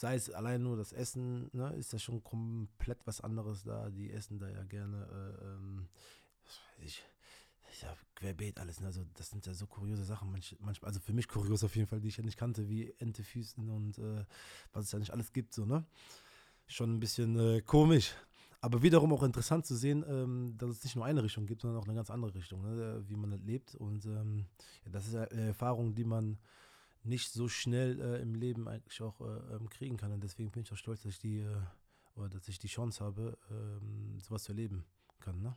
sei es allein nur das Essen, ne, ist das schon komplett was anderes da. Die essen da ja gerne, was weiß ich, ja, querbeet alles. Ne? Also das sind ja so kuriose Sachen, manchmal, also für mich kurios auf jeden Fall, die ich ja nicht kannte, wie Entefüßen und was es ja nicht alles gibt, so, ne? Schon ein bisschen komisch. Aber wiederum auch interessant zu sehen, dass es nicht nur eine Richtung gibt, sondern auch eine ganz andere Richtung, ne? Wie man das lebt. Und ja, das ist ja eine Erfahrung, die man nicht so schnell im Leben eigentlich auch kriegen kann. Und deswegen bin ich auch stolz, dass ich oder dass ich die Chance habe, sowas zu erleben kann. Ne?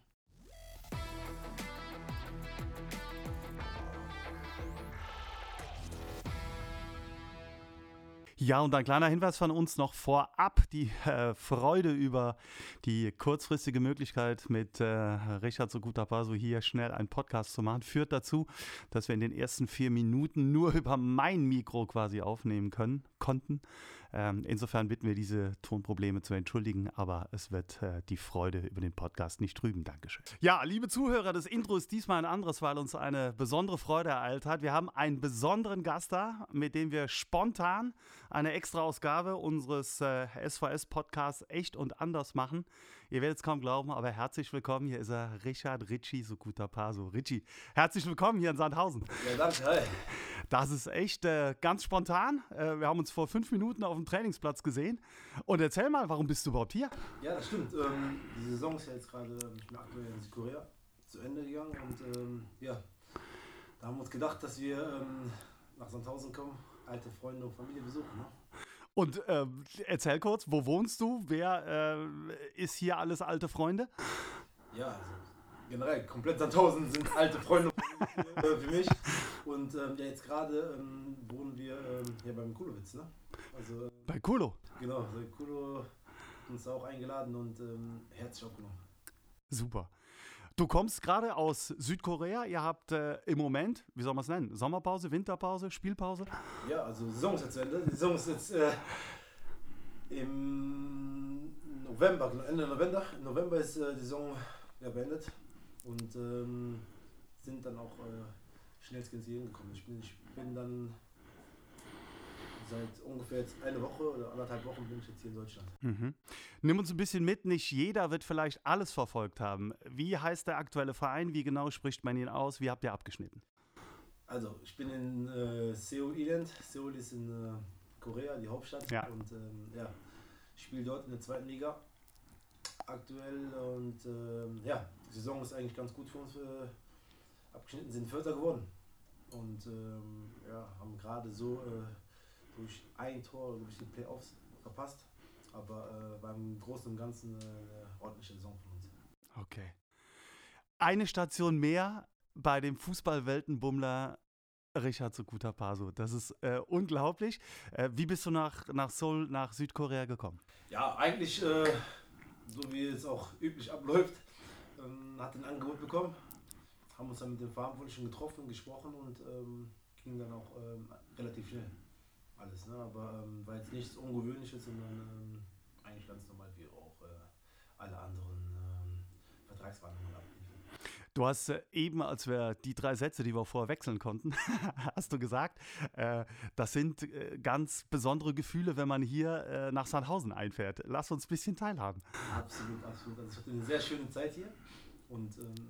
Ja, und ein kleiner Hinweis von uns noch vorab. Die Freude über die kurzfristige Möglichkeit, mit Richard Sogutapaso hier schnell einen Podcast zu machen, führt dazu, dass wir in den ersten 4 Minuten nur über mein Mikro quasi aufnehmen konnten. Insofern bitten wir, diese Tonprobleme zu entschuldigen, aber es wird die Freude über den Podcast nicht trüben. Dankeschön. Ja, liebe Zuhörer, das Intro ist diesmal ein anderes, weil uns eine besondere Freude ereilt hat. Wir haben einen besonderen Gast da, mit dem wir spontan eine Extra-Ausgabe unseres SVS-Podcasts Echt und Anders machen. Ihr werdet es kaum glauben, aber herzlich willkommen. Hier ist er, Richard Richie Sogutapaso. Richie, herzlich willkommen hier in Sandhausen. Ja, danke. Hi. Das ist echt ganz spontan. Wir haben uns vor 5 Minuten auf dem Trainingsplatz gesehen. Und erzähl mal, warum bist du überhaupt hier? Ja, das stimmt. Die Saison ist ja jetzt gerade, ich bin aktuell in Südkorea, zu Ende gegangen. Und ja, da haben wir uns gedacht, dass wir nach Sandhausen kommen, alte Freunde und Familie besuchen. Ne? Und erzähl kurz, wo wohnst du? Wer ist hier alles alte Freunde? Ja, also generell, komplett Sandhausen sind alte Freunde für mich. Und ja, jetzt gerade wohnen wir hier beim Kulowitz, ne? Also, bei Kulo? Genau, also Kulo hat uns auch eingeladen und herzlich aufgenommen. Super. Du kommst gerade aus Südkorea. Ihr habt im Moment, wie soll man es nennen, Sommerpause, Winterpause, Spielpause? Ja, also Saison ist jetzt zu Ende. Die Saison ist jetzt im November, Ende November. Im November ist die Saison ja beendet und sind dann auch schnellstens hier hingekommen. Ich bin dann seit ungefähr jetzt eine Woche oder 1,5 Wochen bin ich jetzt hier in Deutschland. Mhm. Nimm uns ein bisschen mit, nicht jeder wird vielleicht alles verfolgt haben. Wie heißt der aktuelle Verein? Wie genau spricht man ihn aus? Wie habt ihr abgeschnitten? Also, ich bin in Seoul Island. Seoul ist in Korea, die Hauptstadt. Ja. Und ja, ich spiele dort in der 2. Liga aktuell. Und ja, die Saison ist eigentlich ganz gut für uns abgeschnitten, sind Vierter geworden. Und ja, haben gerade so durch ein Tor durch die Playoffs verpasst. Aber beim Großen und Ganzen eine ordentliche Saison von uns. Okay. Eine Station mehr bei dem Fußballweltenbummler Richard Sogutapaso. Das ist unglaublich. Wie bist du nach Seoul, nach Südkorea gekommen? Ja, eigentlich so wie es auch üblich abläuft, hat ein Angebot bekommen. Haben uns dann mit dem Verantwortlichen getroffen, gesprochen und ging dann auch relativ schnell alles. Ne? Aber war jetzt nichts Ungewöhnliches, sondern eigentlich ganz normal wie auch alle anderen Vertragsverhandlungen abliefen. Du hast eben, als wir die 3 Sätze, die wir vorher wechseln konnten, hast du gesagt, das sind ganz besondere Gefühle, wenn man hier nach Sandhausen einfährt. Lass uns ein bisschen teilhaben. Absolut, absolut. Also ich hatte eine sehr schöne Zeit hier und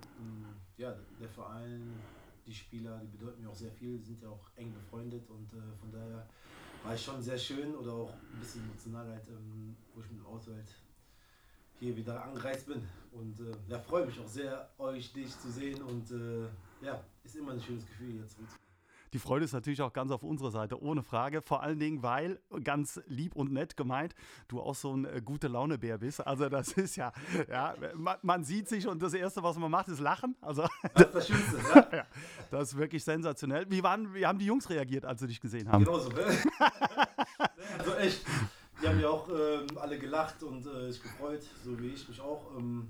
ja, der Verein, die Spieler, die bedeuten mir auch sehr viel, sind ja auch eng befreundet und von daher war es schon sehr schön oder auch ein bisschen emotional halt, wo ich mit dem Auto halt hier wieder angereist bin und ja, freue mich auch sehr, dich zu sehen und ja, ist immer ein schönes Gefühl hier zurückzukommen. Die Freude ist natürlich auch ganz auf unserer Seite, ohne Frage. Vor allen Dingen, weil, ganz lieb und nett gemeint, du auch so ein gute-Laune-Bär bist. Also das ist ja, man sieht sich und das Erste, was man macht, ist lachen. Also, das ist das Schönste, ja. Ja, das ist wirklich sensationell. Wie haben die Jungs reagiert, als sie dich gesehen haben? Genauso, ne? Also echt, die haben ja auch alle gelacht und sich gefreut, so wie ich mich auch.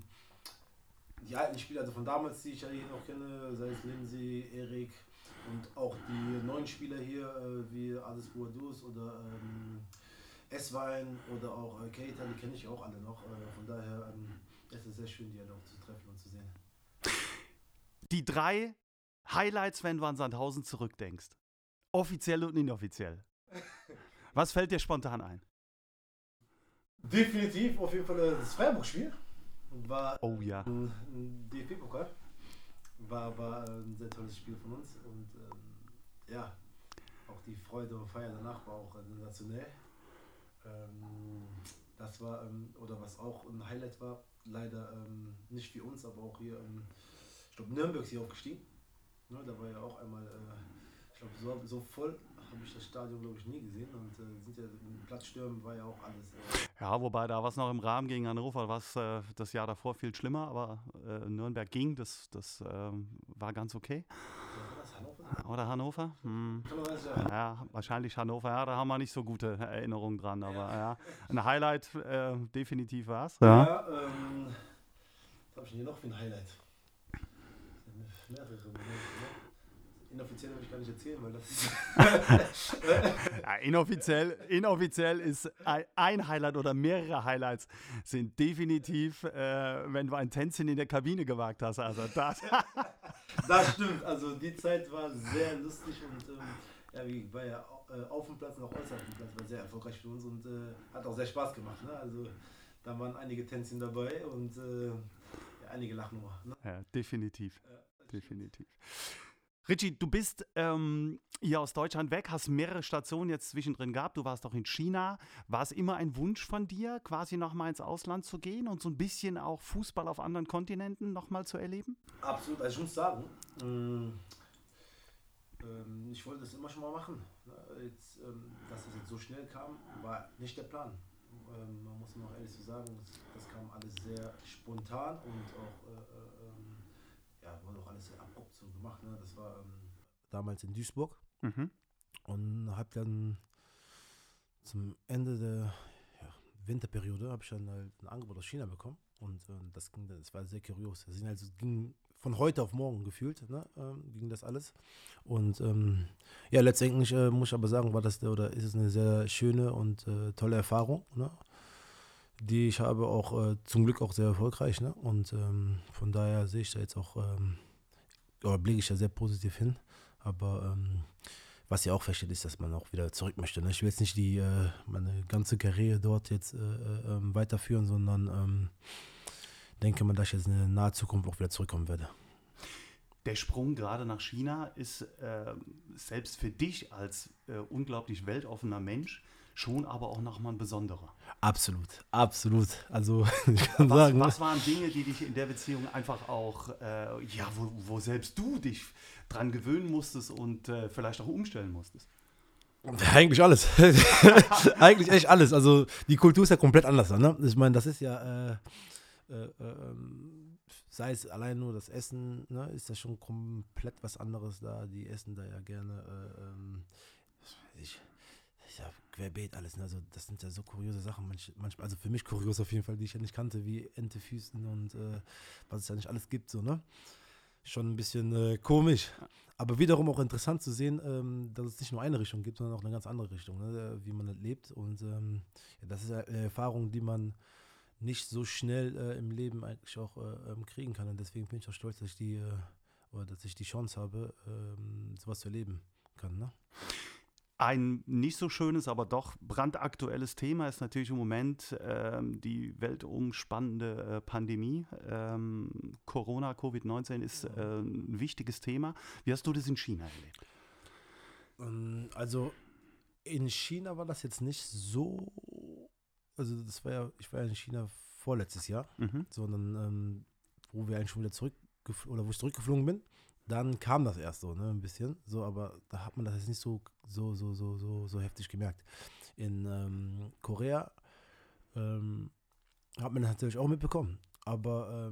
Die alten Spieler, also von damals, die ich ja hier noch kenne, sei es Lindsay, Erik, und auch die neuen Spieler hier, wie Ades Bouadouz oder Eswein oder auch Keita, die kenne ich auch alle noch. Von daher ist es sehr schön, die alle auch zu treffen und zu sehen. Die 3 Highlights, wenn du an Sandhausen zurückdenkst. Offiziell und inoffiziell. Was fällt dir spontan ein? Definitiv, auf jeden Fall das Freiburg-Spiel war Oh ja. ein DFB-Pokal. War ein sehr tolles Spiel von uns und ja, auch die Freude und Feier danach war auch sensationell. Das war, oder was auch ein Highlight war, leider nicht für uns, aber auch hier, ich glaube Nürnberg ist hier aufgestiegen. Ne, da war ja auch einmal, ich glaube so voll habe ich das Stadion glaube ich nie gesehen und sind ja im Platzstürmen war ja auch alles. Ja, wobei da was noch im Rahmen gegen Hannover, was das Jahr davor viel schlimmer, aber Nürnberg ging, das war ganz okay. War das Hannover? Oder Hannover? Hannover ist ja. Ja, wahrscheinlich Hannover, ja, da haben wir nicht so gute Erinnerungen dran, aber ja, ein Highlight definitiv war es. Ja, was habe ich denn hier noch für ein Highlight? Mehrere. Inoffiziell will ich gar nicht erzählen, weil das ist. Ja, inoffiziell ist ein Highlight oder mehrere Highlights sind definitiv, wenn du ein Tänzchen in der Kabine gewagt hast. Also das. Das stimmt, also die Zeit war sehr lustig und ja, wie war ja auf dem Platz und auch außerhalb dem Platz war sehr erfolgreich für uns und hat auch sehr Spaß gemacht. Ne? Also da waren einige Tänzchen dabei und ja, einige Lachnummer. Ne? Ja, definitiv. Definitiv. Richie, du bist hier aus Deutschland weg, hast mehrere Stationen jetzt zwischendrin gehabt. Du warst auch in China. War es immer ein Wunsch von dir, quasi nochmal ins Ausland zu gehen und so ein bisschen auch Fußball auf anderen Kontinenten nochmal zu erleben? Absolut, also ich muss sagen, ich wollte das immer schon mal machen. Jetzt, dass es jetzt so schnell kam, war nicht der Plan. Man muss noch ehrlich so sagen, das kam alles sehr spontan und auch ja, wurde auch alles sehr abrupt so gemacht. Ne? Das war damals in Duisburg und habe dann zum Ende der Winterperiode habe ich dann halt ein Angebot aus China bekommen und das war sehr kurios. Es ging von heute auf morgen gefühlt, ne? Ging das alles und ja, letztendlich muss ich aber sagen, ist es eine sehr schöne und tolle Erfahrung, ne? Die ich habe auch zum Glück auch sehr erfolgreich, ne? Und von daher sehe ich da jetzt auch, oder blicke ich da sehr positiv hin. Aber was ja auch versteht, ist, dass man auch wieder zurück möchte. Ne? Ich will jetzt nicht meine ganze Karriere dort jetzt weiterführen, sondern denke mal, dass ich jetzt in der nahen Zukunft auch wieder zurückkommen werde. Der Sprung gerade nach China ist selbst für dich als unglaublich weltoffener Mensch schon aber auch nochmal ein besonderer. Absolut, absolut. Also ich kann sagen. Was waren Dinge, die dich in der Beziehung einfach auch, wo selbst du dich dran gewöhnen musstest und vielleicht auch umstellen musstest? Eigentlich alles. Eigentlich echt alles. Also die Kultur ist ja komplett anders. Ne? Ich meine, das ist ja, sei es allein nur das Essen, ne, ist das schon komplett was anderes da. Die essen da ja gerne, ja, querbeet alles. Ne? Also das sind ja so kuriose Sachen. Manchmal, also für mich kurios auf jeden Fall, die ich ja nicht kannte, wie Entefüßen und was es da nicht alles gibt. So, ne? Schon ein bisschen komisch. Aber wiederum auch interessant zu sehen, dass es nicht nur eine Richtung gibt, sondern auch eine ganz andere Richtung, ne? Wie man das lebt. Und ja, das ist eine Erfahrung, die man nicht so schnell im Leben eigentlich auch kriegen kann. Und deswegen bin ich auch stolz, dass ich die Chance habe, sowas zu erleben kann. Ne? Ein nicht so schönes, aber doch brandaktuelles Thema ist natürlich im Moment die weltumspannende Pandemie. Corona, Covid-19 ist ein wichtiges Thema. Wie hast du das in China erlebt? Also in China war das jetzt nicht so, also ich war ja in China vorletztes Jahr, sondern wo wir eigentlich schon wieder wo ich zurückgeflogen bin. Dann kam das erst so, ne, ein bisschen. So, aber da hat man das jetzt nicht so heftig gemerkt. In Korea hat man das natürlich auch mitbekommen. Aber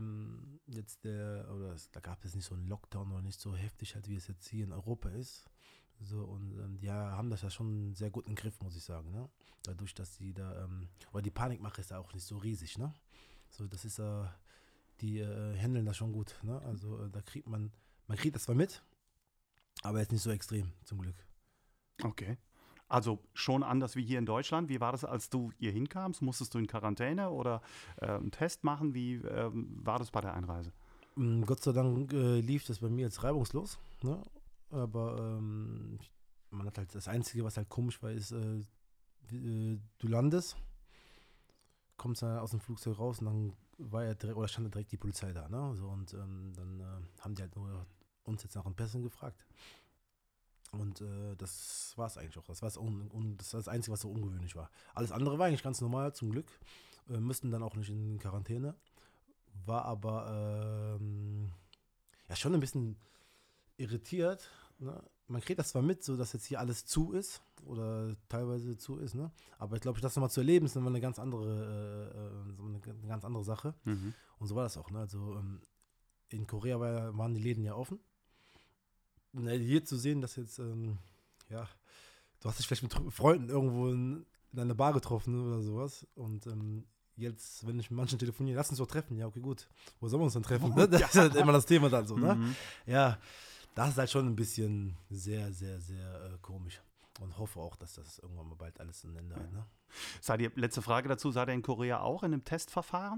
da gab es nicht so einen Lockdown oder nicht so heftig, halt wie es jetzt hier in Europa ist. So, und die haben das ja schon sehr gut im Griff, muss ich sagen. Ne? Dadurch, dass die da, oder die Panikmache ist da auch nicht so riesig, ne? So, das ist die handeln das schon gut, ne? Also da kriegt man kriegt das zwar mit, aber jetzt nicht so extrem, zum Glück. Okay. Also schon anders wie hier in Deutschland. Wie war das, als du hier hinkamst? Musstest du in Quarantäne oder einen Test machen? Wie war das bei der Einreise? Gott sei Dank lief das bei mir jetzt reibungslos, ne? Aber man hat halt das Einzige, was halt komisch war, ist, du landest, kommt er aus dem Flugzeug raus und dann stand direkt die Polizei da, ne? So, und dann haben die halt nur uns jetzt nach den Pässen gefragt. Und das war es eigentlich auch. Das war das Einzige, was so ungewöhnlich war. Alles andere war eigentlich ganz normal, zum Glück. Müssten dann auch nicht in Quarantäne. War aber ja schon ein bisschen irritiert. Ne? Man kriegt das zwar mit, so dass jetzt hier alles zu ist oder teilweise zu ist, ne? Aber ich glaube, das nochmal zu erleben, ist nochmal eine ganz andere Sache. Mhm. Und so war das auch. Ne? Also in Korea waren die Läden ja offen. Hier zu sehen, dass jetzt, ja, du hast dich vielleicht mit Freunden irgendwo in einer Bar getroffen oder sowas und jetzt, wenn ich mit manchen telefoniere, lass uns doch treffen. Ja, okay, gut. Wo sollen wir uns dann treffen? Ne? Das ist halt immer das Thema dann so, ne? Mhm. Ja, das ist halt schon ein bisschen sehr, sehr, sehr komisch. Und hoffe auch, dass das irgendwann mal bald alles ein Ende hat, ne? Letzte Frage dazu, seid ihr in Korea auch in einem Testverfahren?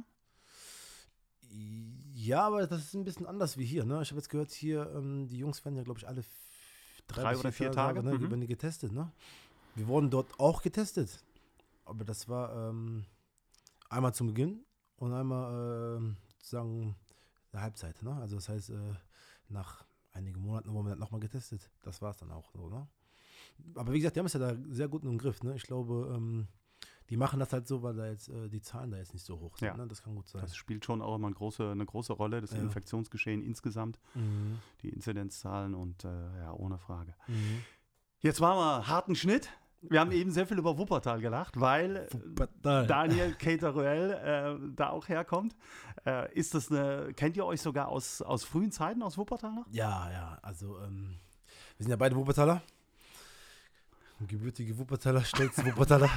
Ja, aber das ist ein bisschen anders wie hier, ne? Ich habe jetzt gehört, hier, die Jungs werden ja, glaube ich, alle 3 oder 4 Tage, ne? Werden die getestet, ne? Wir wurden dort auch getestet. Aber das war einmal zum Beginn und einmal sozusagen eine Halbzeit, ne? Also das heißt, nach einigen Monaten wurden wir dann nochmal getestet. Das war es dann auch so, ne? Aber wie gesagt, die haben es ja da sehr gut im Griff, ne? Ich glaube, die machen das halt so, weil da jetzt die Zahlen da jetzt nicht so hoch sind, Ja. ne? Das kann gut sein. Das spielt schon auch immer eine große Rolle, das Infektionsgeschehen insgesamt, die Inzidenzzahlen und ja, ohne Frage. Mhm. Jetzt machen wir harten Schnitt. Wir haben eben sehr viel über Wuppertal gelacht, weil Daniel Keteruel da auch herkommt. Kennt ihr euch sogar aus frühen Zeiten aus Wuppertal noch? Ja, also wir sind ja beide Wuppertaler. Gebürtige Wuppertaler, stolze Wuppertaler.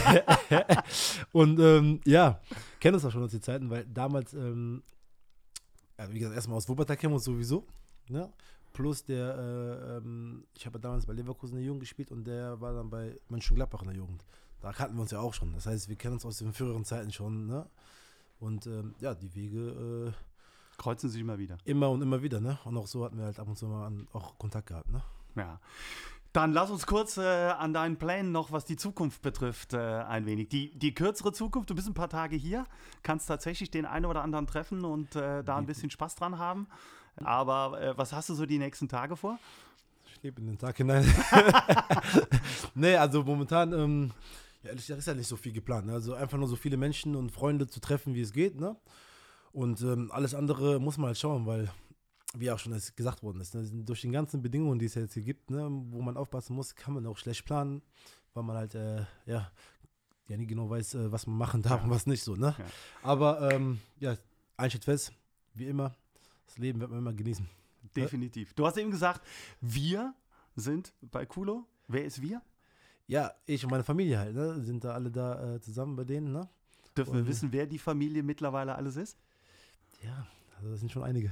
Und ja, kennen uns auch schon aus den Zeiten, weil damals, also wie gesagt, erstmal aus Wuppertal kennen wir uns sowieso. Ne? Plus ich habe damals bei Leverkusen in der Jugend gespielt und der war dann bei Mönchengladbach in der Jugend. Da kannten wir uns ja auch schon. Das heißt, wir kennen uns aus den früheren Zeiten schon. Ne? Und ja, die Wege kreuzen sich immer wieder. Immer und immer wieder. Ne? Und auch so hatten wir halt ab und zu mal auch Kontakt gehabt. Ne? Ja. Dann lass uns kurz an deinen Plänen noch, was die Zukunft betrifft, ein wenig. Die kürzere Zukunft, du bist ein paar Tage hier, kannst tatsächlich den einen oder anderen treffen und da ein bisschen Spaß dran haben. Aber was hast du so die nächsten Tage vor? Ich lebe in den Tag hinein. Nee, also momentan, ja, ehrlich gesagt, ist ja nicht so viel geplant. Ne? Also einfach nur so viele Menschen und Freunde zu treffen, wie es geht. Ne? Und alles andere muss man halt schauen, weil, wie auch schon gesagt worden ist, ne? Durch die ganzen Bedingungen, die es jetzt hier gibt, ne? Wo man aufpassen muss, kann man auch schlecht planen, weil man halt ja nie genau weiß, was man machen darf und was nicht so. Ne? Ja. Aber ja, ein steht fest, wie immer, das Leben wird man immer genießen. Definitiv. Du hast eben gesagt, wir sind bei Kulo. Wer ist wir? Ja, ich und meine Familie halt, ne? Sind da alle da zusammen bei denen, ne? Dürfen wir wissen, wer die Familie mittlerweile alles ist? Ja, also das sind schon einige.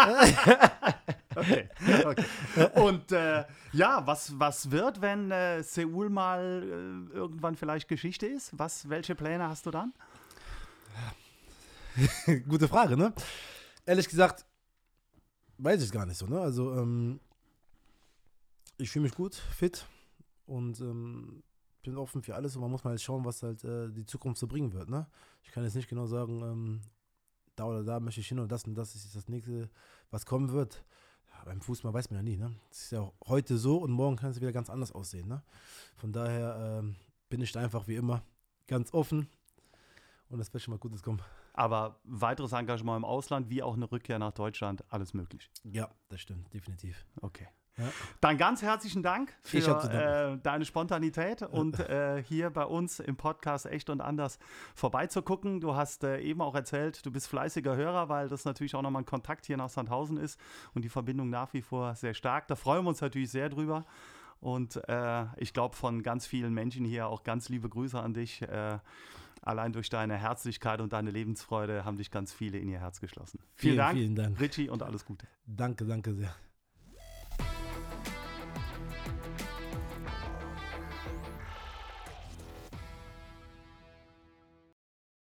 Okay. Und ja, was wird, wenn Seoul mal irgendwann vielleicht Geschichte ist? Welche Pläne hast du dann? Gute Frage, ne? Ehrlich gesagt, weiß ich gar nicht so, ne? Also, ich fühle mich gut, fit und bin offen für alles und man muss mal halt schauen, was halt die Zukunft so bringen wird, ne? Ich kann jetzt nicht genau sagen, da oder da möchte ich hin und das ist das nächste, was kommen wird. Ja, beim Fußball weiß man ja nie, ne? Es ist ja heute so und morgen kann es wieder ganz anders aussehen, ne? Von daher bin ich da einfach wie immer ganz offen und das wird schon mal Gutes kommen. Aber weiteres Engagement im Ausland, wie auch eine Rückkehr nach Deutschland, alles möglich. Ja, das stimmt, definitiv. Okay. Ja. Dann ganz herzlichen Dank für Ich hab zu danken. deine Spontanität und hier bei uns im Podcast Echt und Anders vorbeizugucken. Du hast eben auch erzählt, du bist fleißiger Hörer, weil das natürlich auch nochmal ein Kontakt hier nach Sandhausen ist und die Verbindung nach wie vor sehr stark. Da freuen wir uns natürlich sehr drüber. Und ich glaube, von ganz vielen Menschen hier auch ganz liebe Grüße an dich. Allein durch deine Herzlichkeit und deine Lebensfreude haben dich ganz viele in ihr Herz geschlossen. Vielen Dank, vielen Dank. Richie, und alles Gute. Danke sehr.